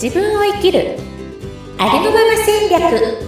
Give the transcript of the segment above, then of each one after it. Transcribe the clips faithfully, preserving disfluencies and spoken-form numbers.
自分を生きるありのまま戦略。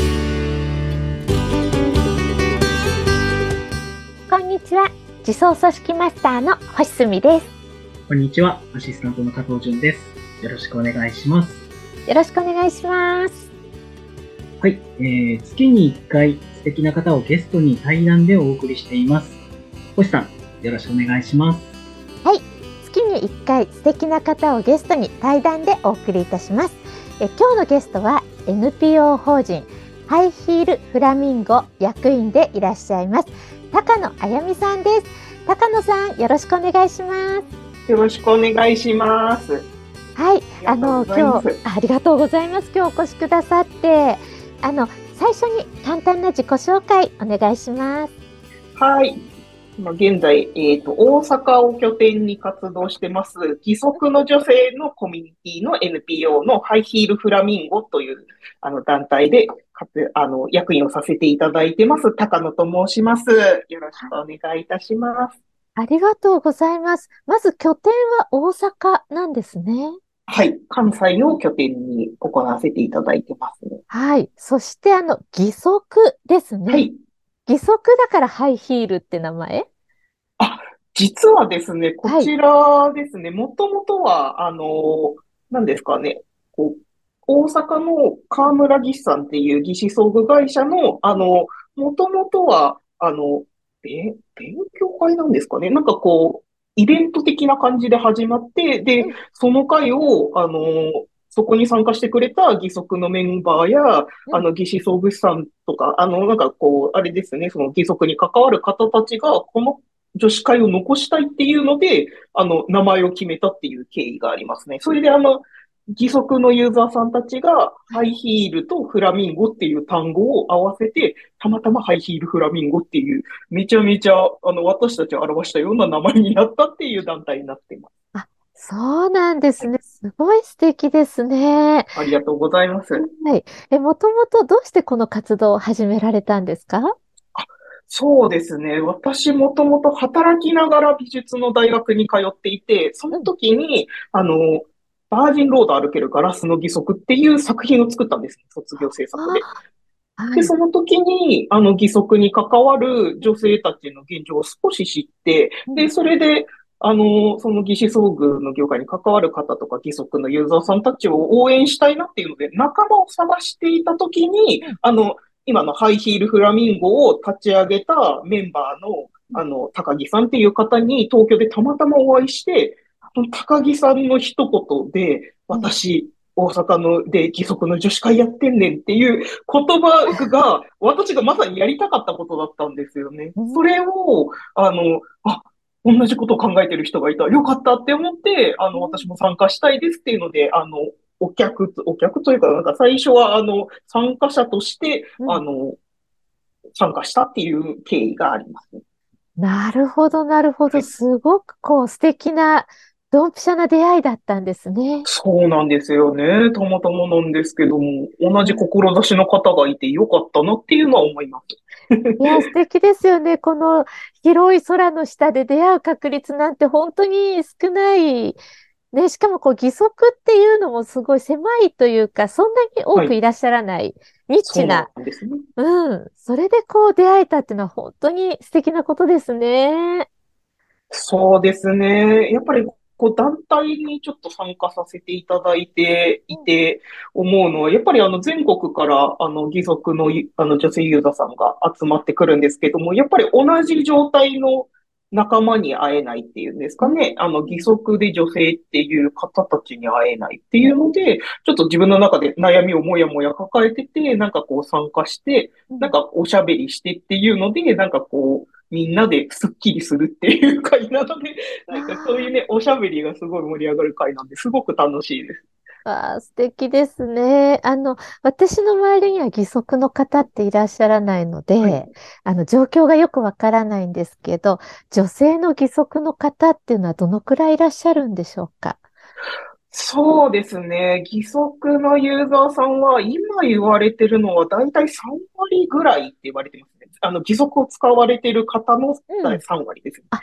こんにちは、自走組織マスターの星澄です。 こんにちは、アシスタントの加藤純です。よろしくお願いします。 よろしくお願いします。 はい、えー、月にいっかい素敵な方をゲストに対談でお送りしています。星さん、よろしくお願いします。 はい、月にいっかい素敵な方をゲストに対談でお送りいたします。え今日のゲストは エヌピーオー 法人ハイヒールフラミンゴ役員でいらっしゃいます高野あやみさんです。高野さん、よろしくお願いします。 よろしくお願いします。 はい、あの今日ありがとうございます。今日お越しくださって、あの最初に簡単な自己紹介お願いします。 はい。今現在、えっと、大阪を拠点に活動してます、義足の女性のコミュニティの エヌピーオー のハイヒールフラミンゴというあの団体でかつあの役員をさせていただいてます、高野と申します。よろしくお願いいたします。 ありがとうございます。まず拠点は大阪なんですね。 はい。関西を拠点に行わせていただいてますね。 はい。そしてあの、義足ですね。 はい。 義足だからハイヒールって名前？ あ、実はですね、こはい。 ちらですね、もともとは、あの、何ですかね、こう、大阪の河村技師さんっていう技師装具会社の、あの、もともとは、あの、べ、勉強会なんですかね、なんかこう、イベント的な感じで始まって、で、 うん、 その会を、あの、そこに参加してくれた義足のメンバーや、 うん、 あの、技師装具士さんとか、あの、なんかこう、あれですね、その義足に関わる方たちが、この女子会を残したいっていうので、あの、名前を決めたっていう経緯がありますね。それであの、義足のユーザーさんたちが、ハイヒールとフラミンゴっていう単語を合わせて、たまたまハイヒールフラミンゴっていう、めちゃめちゃ、あの、私たちを表したような名前になったっていう団体になっています。 あ、そうなんですはい。 ね。すごい素敵ですね。 ありがとうございます。 はい。え、もともとどうしてこの活動を始められたんですか？ そうですね。私もともと働きながら美術の大学に通っていて、そのうん。 時に、あの、バージンロード歩けるガラスの義足っていう作品を作ったんですね。卒業制作で。 ああ、はで、 い。 その時に、あの、義足に関わる女性たちの現状を少し知って、 うん。 で、それで、あの、その義肢装具の業界に関わる方とか義足のユーザーさんたちを応援したいなっていうので、仲間を探していた時に、 うん。 あの、今のハイヒールフラミンゴを立ち上げたメンバーの、 うん。 あの、高木さんっていう方に東京でたまたまお会いして、その高木さんの一言で、 うん。 私、大阪ので義足の女子会やってんねんっていう言葉が、私がまさにやりたかったことだったんですよね。 うそれん。 を、あの、あ、同じことを考えてる人がいた。よかったって思って、あの、私も参加したいですっていうので、あの、お客、お客というか、なんか最初は、あの、参加者として、 うん。 あの、参加したっていう経緯がありますね。 なるほど、なるほど。 はい。 すごくこう素敵な、ドンピシャな出会いだったんですね。 そうなんですよね。たまたまなんですけども、同じうん。 志の方がいてよかったなっていうのは思います。 いや、素敵ですよね。この広い空の下で出会う確率なんて本当に少ない。ね、しかもこう義足っていうのもすごい狭いというか、そんなに多はい。 くいらっしゃらないニッそうチな。 なんですね。 うん。それでこう出会えたっていうのは本当に素敵なことですね。 そうですね。やっぱり、こう、団体にちょっと参加させていただいていて思うのは、やっぱりあの、全国から、あの、義足のゆ、あの、女性ユーザーさんが集まってくるんですけども、やっぱり同じ状態の仲間に会えないっていうんですうかね。あの、義ん。 足で女性っていう方たちに会えないっていうので、ちょっと自分の中で悩みをもやもや抱えてて、なんかこう参加して、 うん。 なんかおしゃべりしてっていうので、なんかこう、みんなでスッキリするっていう会なので、なんかそういうあね、おしゃべりがすごい盛り上がる会なんで、すごく楽しいです。 あ、素敵ですね。あの、私の周りには義足の方っていらっしゃらないのはい。 で、あの、状況がよくわからないんですけど、女性の義足の方っていうのはどのくらいいらっしゃるんでしょうか？ そうですね。義足のユーザーさんは、今言われてるのは、だいたいさん割ぐらいって言われてますね。あの、義足を使われてる方のうん。 だいさん割ですね。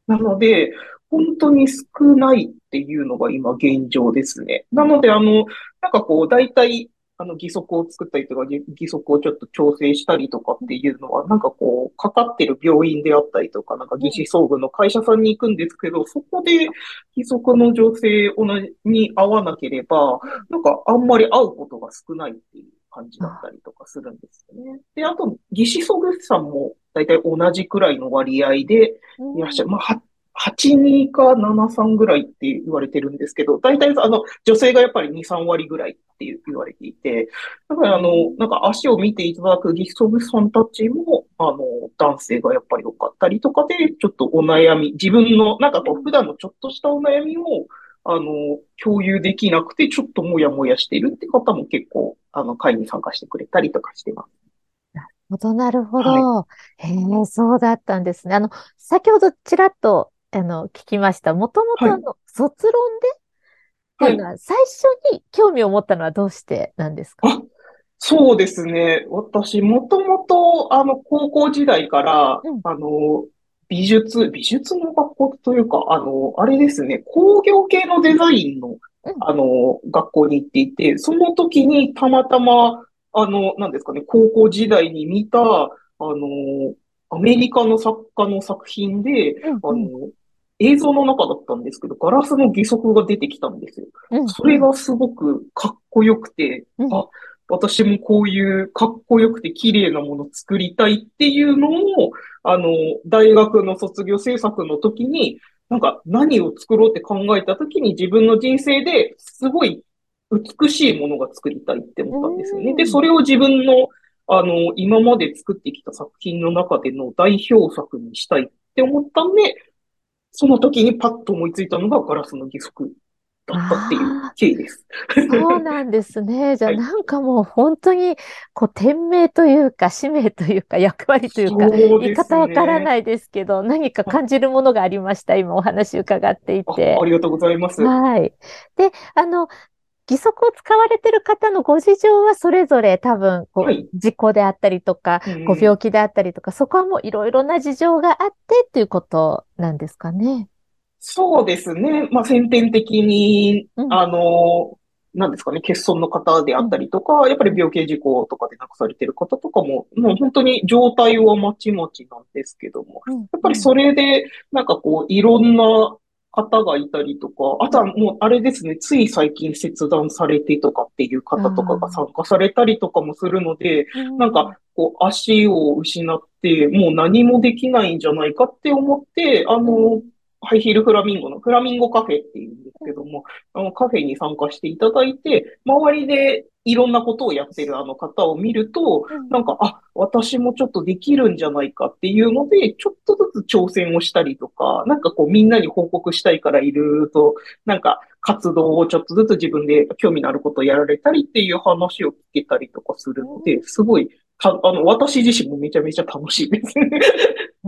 なので、本当に少ないっていうのが今現状ですね。なので、あの、なんかこう、大体、あの、義足を作ったりとか、義義足をちょっと調整したりとかっていうのは、なんかこう、かかってる病院であったりとか、なんかうん。 義肢装具の会社さんに行くんですけど、そこで義足の女性同じに合わなければ、 うん。 なんかあんまり会うことが少ないっていう感じだったあ、 りとかするんですよね。で、あと、義肢装具士さんも大体同じくらいの割合で、 うん。 いらっしゃる。まあ、ははちにかななさんぐらいって言われてるんですけど、大体あの、女性がやっぱりに、さん割ぐらいって言われていて、だからあの、なんか足を見ていただくギフトブさんたちも、あの、男性がやっぱり多かったりとかで、ちょっとお悩み、自分の、なんかこう、普段のちょっとしたお悩みを、あの、共有できなくて、ちょっともやもやしているって方も結構、あの、会に参加してくれたりとかしてます。 ほど、なるほはい。 ど。へえ、そうだったんですね。あの、先ほどちらっと、あの、聞きました。もともはい。 とあの、卒論でってはい。 いうのは、最初に興味を持ったのはどうしてなんですか？ あ、そうですね。私、もともと、あの、高校時代から、 うん、 あの、美術、美術の学校というか、あの、あれですね、工業系のデザインの、 うん、 あの、学校に行っていて、その時にたまたま、あの、なんですかね、高校時代に見た、あの、アメリカの作家の作品で、 うん、 あうん、 の、映像の中だったんですけど、ガラスの義足が出てきたんですよ。 うん、 それうん、 がすごくかっこよくて、 うん。 あ、私もこういうかっこよくて綺麗なものを作りたいっていうのを、あの、大学の卒業制作の時に、なんか何を作ろうって考えた時に自分の人生ですごい美しいものが作りたいって思うったんですよね。で、 ん。 それを自分の、あの、今まで作ってきた作品の中での代表作にしたいって思ったんで、その時にパッと思いついたのがガラスの義足だったっていうああ、 経緯です。 そうなんですね。じゃあはい。 なんかもう本当に、こう、天命というか、使命というか、役割というか、 そうです言い方わからね。 ないですけど、何か感じるものがありました。今お話伺っていあ、あて。 りがとうございます。 はい。で、あの、義足を使われてる方のご事情はそれぞれ多分、こはい。 う、事故であったりとか、 うん。 ご病気であったりとか、そこはもういろいろな事情があってっていうことなんですかね。 そうですね。まあ、先天的に、 うん、 あの、なんですかね、欠損の方であうん、 ったりとか、やっぱりうん、 病気事故とかで亡くされている方とかも、もう本当に状態はまちまちなんですけども、 うん、 やっぱりうん、 それで、なんかこう、いろんな方がいたりとか、あうん。 とはもうあれですね、つい最近切断されてとかっていうあ方とかが参あ、 加されたりとかもするので、 うなんかん、 こう、足を失って、もう何もできないんじゃないかって思って、あうん、 の、ハイヒールフラミンゴのフラミンゴカフェっていうんですけども、あのカフェに参加していただいて、周りでいろんなことをやってるあの方を見ると、 うん。 なんか、あ、私もちょっとできるんじゃないかっていうので、ちょっとずつ挑戦をしたりとか、なんかこうみんなに報告したいからいろいろと、なんか活動をちょっとずつ自分で興味のあることをやられたりっていう話を聞けたりとかするので、すごい、た、あの、私自身もめちゃめちゃ楽しいですね。 うん、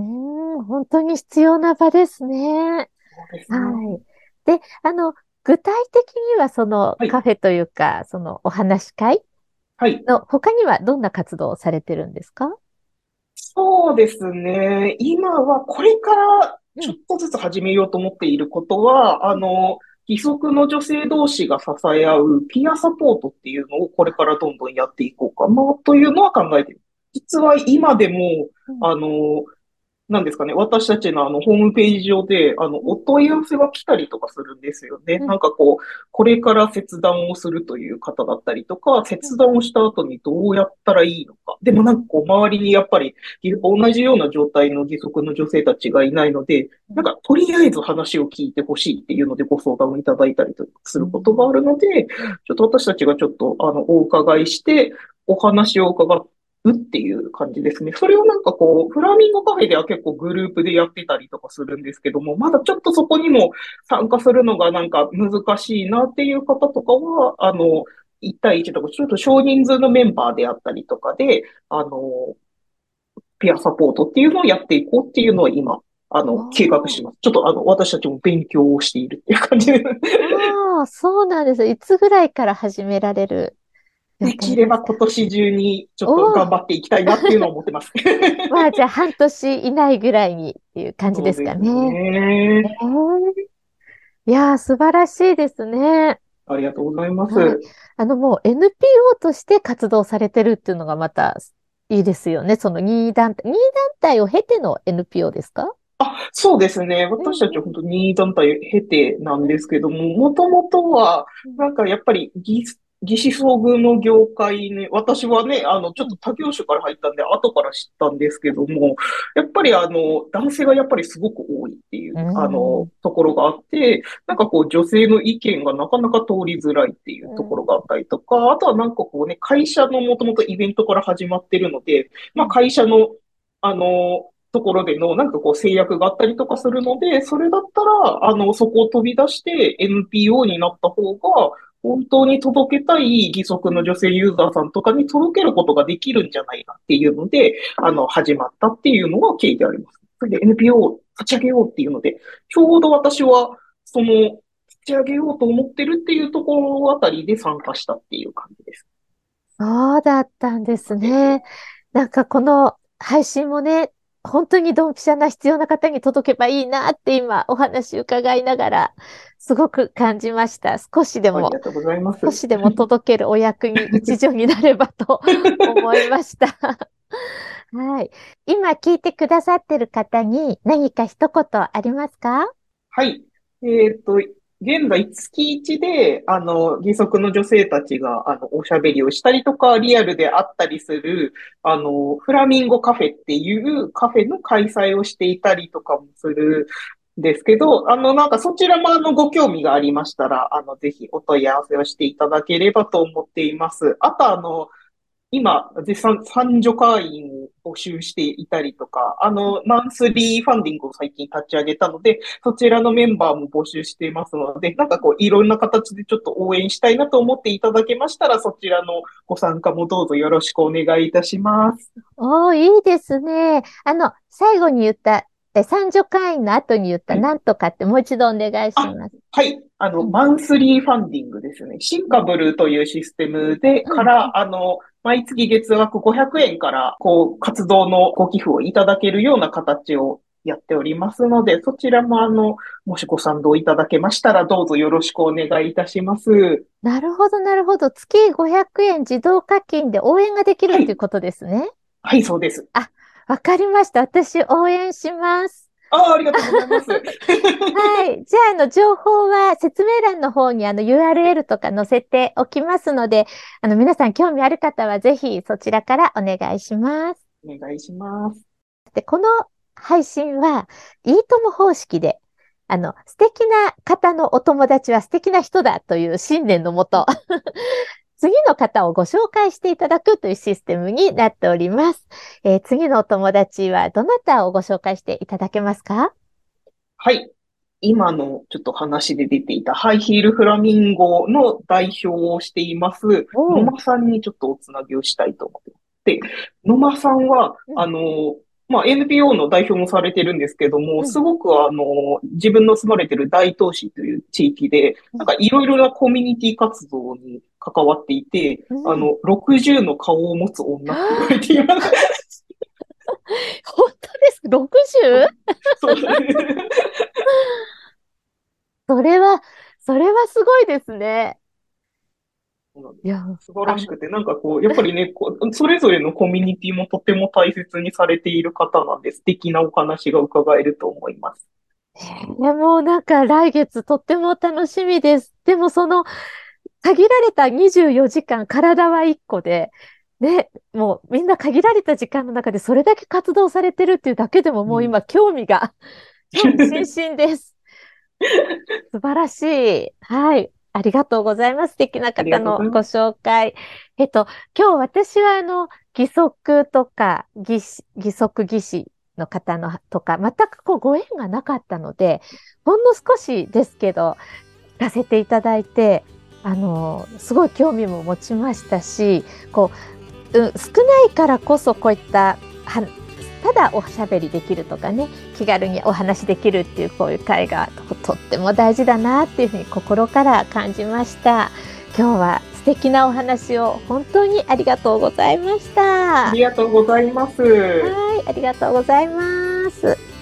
本当に必要な場ですね。 そうですね。 はい。で、あの、具体的にはそのはい。 カフェというか、そのお話し会はい。 の他にはどんな活動をされてるんですか？ そうですね。今はこれからうん、 ちょっとずつ始めようと思っていることは、あうん。 の、義足の女性同士が支え合うピアサポートっていうのをこれからどんどんやっていこうかなというのは考えている。実は今でも、 うん、 あの、なんですかね、私たちのあの、ホームページ上で、あの、 うん、 お問い合わせが来たりとかするんですよね。 うん、 なんかこう、これから切断をするという方だったりとか、 うん、 切断をした後にどうやったらいいのか。でもなんかこう、周りにやっぱり、同じような状態の義足の女性たちがいないので、 うん、 なんか、とりあえず話を聞いてほしいっていうのでご相談をいただいたりとかすうることがあん、 るので、 うん。 ちょっと私たちがちょっと、あの、お伺いして、お話を伺っうっていう感じですね。それをなんかこう、フラミンゴカフェでは結構グループでやってたりとかするんですけども、まだちょっとそこにも参加するのがなんか難しいなっていう方とかは、あの、いち対いちとか、ちょっと少人数のメンバーであったりとかで、あの、ピアサポートっていうのをやっていこうっていうのを今、ああの、計画してーます。ちょっとあの、私たちも勉強をしているっていう感じです。 あー、そうなんです。いつぐらいから始められる？ 予でき定です。 れば今年中にちょっとおお、 頑張っていきたいなっていうのを思ってます。 まあじゃあ半年以内ぐらいにっていう感じですそうですかね。えね。 ー、いやー、素晴らしいですね。 ありがとうございまはい。 す。 あの、もう エヌピーオー として活動されてるっていうのがまたいいですよね。そのに団体、に団体を経ての エヌピーオー ですか？ あ、そうですね。 うん私たちは本当に団体経てなんうんですけども、もともとは、 うんなんかやっぱり技、技師装具の業界に、私はね、あの、ちょっとうん他業種から入ったんで、後から知ったんですけども、やっぱりあの、男性がやっぱりすごく多いっていうう、あの、 んところがあって、なんかこう、女性の意見がなかなか通りづらいっていうところがあったりとか、あとはなんかこうね、会社のもともとイベントから始まってるので、まあうん会社の、あの、ところでのなんかこう制約があったりとかするので、それだったら、あの、そこを飛び出して エヌピーオー になった方が、本当に届けたい義足の女性ユーザーさんとかに届けることができるんじゃないかっていうので、あの、始まったっていうのが経緯であります。それで エヌピーオー を立ち上げようっていうので、ちょうど私は、その、立ち上げようと思ってるっていうところあたりで参加したっていう感じです。 そうだったんですです。 ね。なんかこの配信もね、本当にドンピシャな必要な方に届けばいいなって今お話伺いながらすごく感じました。少しでも、 ありがとうございます。 少しでも届けるお役に一助になればと思いました。はい。今聞いてくださってる方に何か一言ありますか？ はい。えっと、現在月一で、あの、義足の女性たちが、あの、おしゃべりをしたりとか、リアルで会ったりする、あの、フラミンゴカフェっていうカフェの開催をしていたりとかもするんですけど、あの、なんかそちらもあの、ご興味がありましたら、あの、ぜひお問い合わせをしていただければと思っています。あと、あの、今、絶賛、賛助会員を募集していたりとか、あの、マンスリーファンディングを最近立ち上げたので、そちらのメンバーも募集していますので、なんかこう、いろんな形でちょっと応援したいなと思っていただけましたら、そちらのご参加もどうぞよろしくお願いいたします。 おー、いいですね。あの、最後に言った、え、三女会員の後に言ったはい。 なんとかってもう一度お願いしあ、 ます。 はい。あの、 うん、 マンスリーファンディングですね。シンうん、 カブルというシステムで、 うん。 から、あの、毎月月額ごひゃくえんから、こう、活動のご寄付をいただけるような形をやっておりますので、そちらもあの、もしご賛同いただけましたら、どうぞよろしくお願いいたします。 なるほど、なるほど。月ごひゃくえん自動課金で応援ができるはい。 っていうことですね。 はい、そうです。 あ、わかりました。私応援します。 ああ、ありがとうございます。 はい。じゃあ、あの、情報は説明欄の方にあの ユーアールエル とか載せておきますので、あの、皆さん興味ある方はぜひそちらからお願いします。 お願いします。 で、この配信は、いいとも方式で、あの、素敵な方のお友達は素敵な人だという信念のもと、次の方をご紹介していただくというシステムになっております。えー次のお友達はどなたをご紹介していただけますか？ はい。今のちょっと話で出ていたハイヒールフラミンゴの代表をしています、野おう。 間さんにちょっとおつなぎをしたいと思ってます。で、野間さんは、 うん、 あの、まあ、エヌピーオー の代表もされてるんですけども、 うん、 すごくあの、自分の住まれてる大東市という地域で、 うん、 なんかいろいろなコミュニティ活動に関わっていて、 うん。 あの、ろくじゅうの顔を持つ女って言われています。 本当ですか？ ろくじゅう？ そう。 それは、それはすごいですね。 そうなんです。 いや、 素晴あの、 らしくて、なんかこう、やっぱりね、こう、それぞれのコミュニティもとても大切にされている方なんで、素敵なお話が伺えると思います。 いやもうなんか来月とっても楽しみです。でもその限られたにじゅうよじかん、体はいっこで、ね、もうみんな限られた時間の中でそれだけ活動されてるっていうだけでもうん。 もう今興味が、興味津々です。素晴らしい。はい。ありがとうございます。素敵なありが方のごとうございます。 紹介。えっと、今日私はあの、義足とか、義肢、義足義肢の方のとか、全くこうご縁がなかったので、ほんの少しですけど、聞かせていただいて、あの、すごい興味も持ちましたし、こう、うん、少ないからこそこういったはただおしゃべりできるとかね、気軽にお話できるっていうこういう会がと、とっても大事だなっていうふうに心から感じました。 今日は素敵なお話を本当にありがとうございました。 ありがとうございます。 はい、ありがとうございます。